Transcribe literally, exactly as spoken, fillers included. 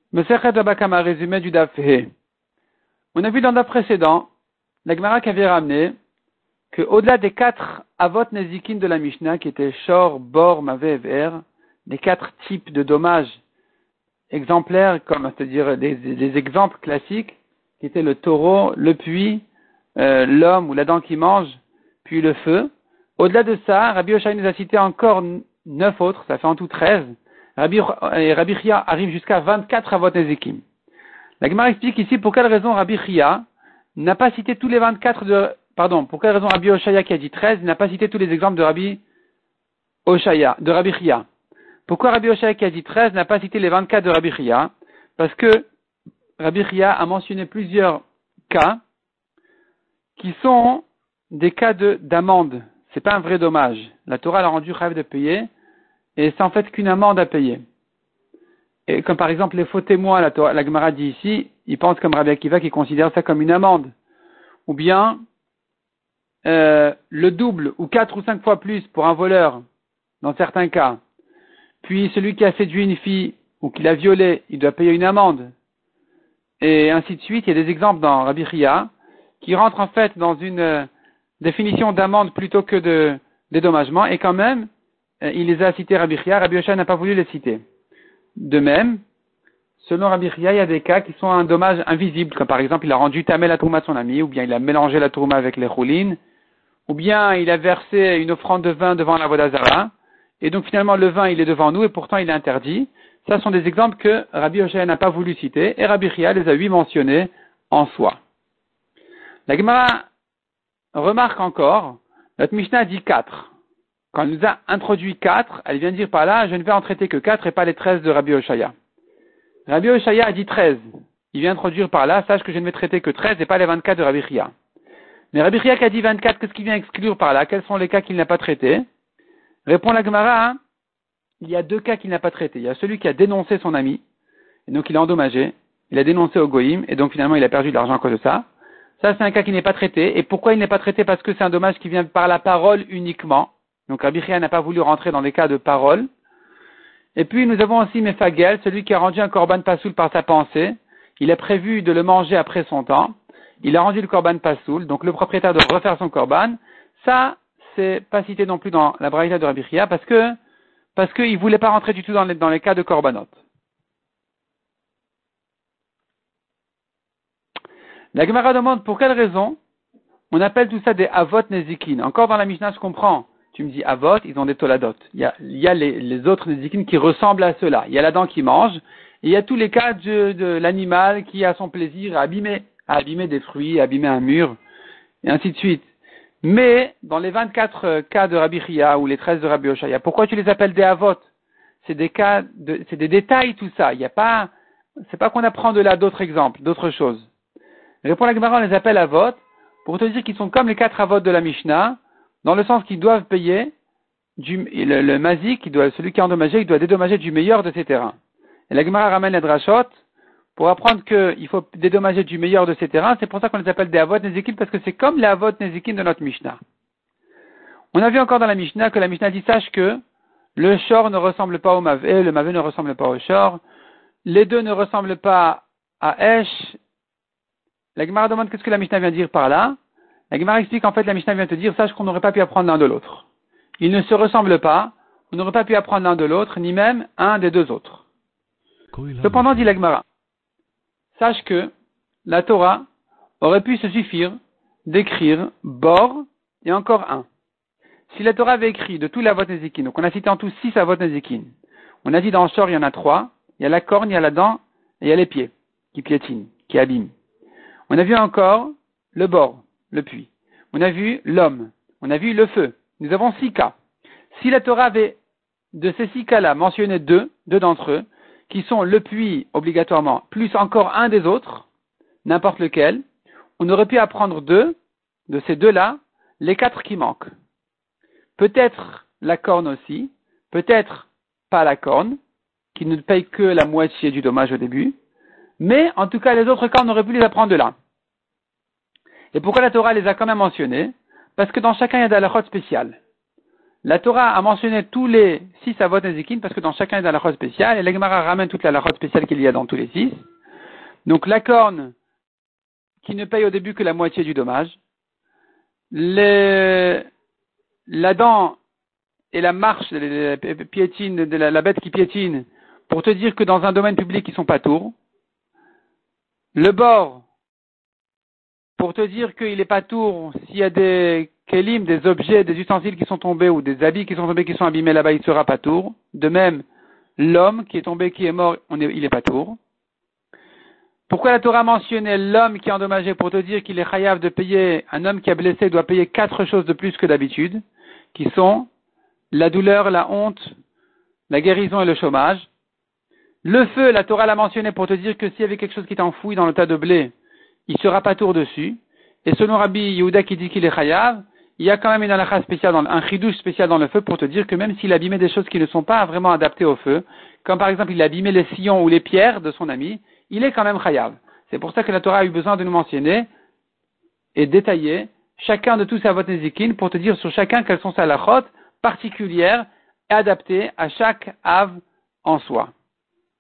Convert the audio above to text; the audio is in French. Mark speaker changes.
Speaker 1: Mesechet Baba Kama, résumé du Daf He. On a vu dans le Daf précédent, la Gemara qui avait ramené que au-delà des quatre avot nezikin de la Mishnah, qui étaient Shor, Bor, Mavé et Ver, les quatre types de dommages exemplaires, comme c'est-à-dire des, des, des exemples classiques, qui étaient le taureau, le puits, euh, l'homme ou la dent qui mange, puis le feu. Au-delà de ça, Rabbi Yoshai nous a cité encore neuf autres, ça fait en tout treize. Rabbi, et Rabbi Chia arrive jusqu'à vingt-quatre avot nezikim. La Gemara explique ici pour quelle raison Rabbi Chia n'a pas cité tous les vingt-quatre de, pardon, pour quelle raison Rabbi Oshaya qui a dit treize n'a pas cité tous les exemples de Rabbi Oshaya, de Rabbi Chia. Pourquoi Rabbi Oshaya qui a dit treize n'a pas cité les vingt-quatre de Rabbi Chia? Parce que Rabbi Chia a mentionné plusieurs cas qui sont des cas de, d'amende. C'est pas un vrai dommage. La Torah l'a rendu rêve de payer et c'est en fait qu'une amende à payer. Et comme par exemple les faux témoins, la, Torah, la Gemara dit ici, ils pensent comme Rabbi Akiva qui considère ça comme une amende. Ou bien euh, le double ou quatre ou cinq fois plus pour un voleur, dans certains cas. Puis celui qui a séduit une fille ou qui l'a violée, il doit payer une amende. Et ainsi de suite, il y a des exemples dans Rabbi Chia qui rentrent en fait dans une euh, définition d'amende plutôt que de dédommagement. Et quand même, euh, il les a cités Rabbi Chia, Rabbi Yoshai n'a pas voulu les citer. De même, selon Rabbi Chia, il y a des cas qui sont un dommage invisible, comme par exemple il a rendu tamé la tourma de son ami, ou bien il a mélangé la tourma avec les choulines, ou bien il a versé une offrande de vin devant la Avodah Zara, et donc finalement le vin il est devant nous et pourtant il est interdit. Ça sont des exemples que Rabbi Yoshai n'a pas voulu citer, et Rabbi Chia les a lui mentionnés en soi. La Gemara remarque encore, notre Mishnah dit quatre. Quand elle nous a introduit quatre, elle vient de dire par là, je ne vais en traiter que quatre et pas les treize de Rabbi Oshaya. Rabbi Oshaya a dit treize. Il vient introduire par là, sache que je ne vais traiter que treize et pas les vingt-quatre de Rabbi Chia. Mais Rabbi Chia qui a dit vingt-quatre, qu'est-ce qu'il vient exclure par là? Quels sont les cas qu'il n'a pas traités? Répond la Gemara, hein, il y a deux cas qu'il n'a pas traités. Il y a celui qui a dénoncé son ami, et donc il a endommagé. Il a dénoncé au Goïm, et donc finalement il a perdu de l'argent à cause de ça. Ça c'est un cas qui n'est pas traité. Et pourquoi il n'est pas traité? Parce que c'est un dommage qui vient par la parole uniquement. Donc Rabbi Chia n'a pas voulu rentrer dans les cas de parole. Et puis nous avons aussi Mefagel, celui qui a rendu un korban pasoul par sa pensée. Il a prévu de le manger après son temps. Il a rendu le korban pasoul, donc le propriétaire doit refaire son korban. Ça, c'est pas cité non plus dans la braïta de Rabbi Chia parce que parce qu'il voulait pas rentrer du tout dans les, dans les cas de korbanot. La Gemara demande pour quelle raison on appelle tout ça des avot nezikin. Encore dans la Mishnah, je comprends. Tu me dis avot, ils ont des toladot. Il y a, il y a les, les autres nezikin qui ressemblent à ceux-là. Il y a la dent qui mange, et il y a tous les cas de, de l'animal qui a son plaisir à abîmer, à abîmer des fruits, à abîmer un mur, et ainsi de suite. Mais, dans les vingt-quatre cas de Rabbi Chia ou les treize de Rabbi Oshaya, pourquoi tu les appelles des avot? C'est des cas de, c'est des détails tout ça. Il y a pas, c'est pas qu'on apprend de là d'autres exemples, d'autres choses. Répond la Gemara, on les appelle avot, pour te dire qu'ils sont comme les quatre avot de la Mishnah, dans le sens qu'ils doivent payer du, le, le mazik, qui doit, celui qui est endommagé, il doit dédommager du meilleur de ses terrains. Et la Gemara ramène les drachot pour apprendre qu'il faut dédommager du meilleur de ses terrains. C'est pour ça qu'on les appelle des avot nezikin, parce que c'est comme les avot nezikin de notre Mishnah. On a vu encore dans la Mishnah que la Mishnah dit, sache que le shor ne ressemble pas au mavé, le mavé ne ressemble pas au shor, les deux ne ressemblent pas à esh. La Gemara demande qu'est-ce que la Mishnah vient dire par là. La Gemara explique en fait la Mishnah vient te dire, sache qu'on n'aurait pas pu apprendre l'un de l'autre. Ils ne se ressemblent pas, on n'aurait pas pu apprendre l'un de l'autre, ni même un des deux autres. Cependant, dit la Gemara, sache que la Torah aurait pu se suffire d'écrire bor et encore un. Si la Torah avait écrit de tous les avot nezikin, donc on a cité en tout six avot nezikin, on a dit dans le shor il y en a trois, il y a la corne, il y a la dent et il y a les pieds qui piétinent, qui abîment. On a vu encore le bord, le puits. On a vu l'homme. On a vu le feu. Nous avons six cas. Si la Torah avait, de ces six cas-là, mentionné deux, deux d'entre eux, qui sont le puits, obligatoirement, plus encore un des autres, n'importe lequel, on aurait pu apprendre deux, de ces deux-là, les quatre qui manquent. Peut-être la corne aussi, peut-être pas la corne, qui ne paye que la moitié du dommage au début, mais en tout cas les autres cas, on aurait pu les apprendre de là. Et pourquoi la Torah les a quand même mentionnés? Parce que dans chacun, il y a des halachot spéciales. La Torah a mentionné tous les six avot nezikin parce que dans chacun il y a des halachot spéciales et la Gemara ramène toute la halachot spéciale qu'il y a dans tous les six. Donc la corne qui ne paye au début que la moitié du dommage, les, la dent et la marche, la, piétine, de la, la bête qui piétine, pour te dire que dans un domaine public ils sont pas tours. Le bord, pour te dire qu'il est pas tour, s'il y a des kelim, des objets, des ustensiles qui sont tombés ou des habits qui sont tombés, qui sont abîmés là-bas, il sera pas tour. De même, l'homme qui est tombé, qui est mort, on est, il est pas tour. Pourquoi la Torah a mentionné l'homme qui est endommagé pour te dire qu'il est chayav de payer, un homme qui a blessé doit payer quatre choses de plus que d'habitude, qui sont la douleur, la honte, la guérison et le chômage. Le feu, la Torah l'a mentionné pour te dire que s'il y avait quelque chose qui est enfoui dans le tas de blé, il sera pas tour dessus. Et selon Rabbi Yehuda qui dit qu'il est chayav, il y a quand même une halakha spéciale, dans, un chidouche spécial dans le feu pour te dire que même s'il abîmait des choses qui ne sont pas vraiment adaptées au feu, comme par exemple il a abîmé les sillons ou les pierres de son ami, il est quand même chayav. C'est pour ça que la Torah a eu besoin de nous mentionner et détailler chacun de tous ces avot nezikin pour te dire sur chacun quelles sont ses halachot particulières et adaptées à chaque ave en soi.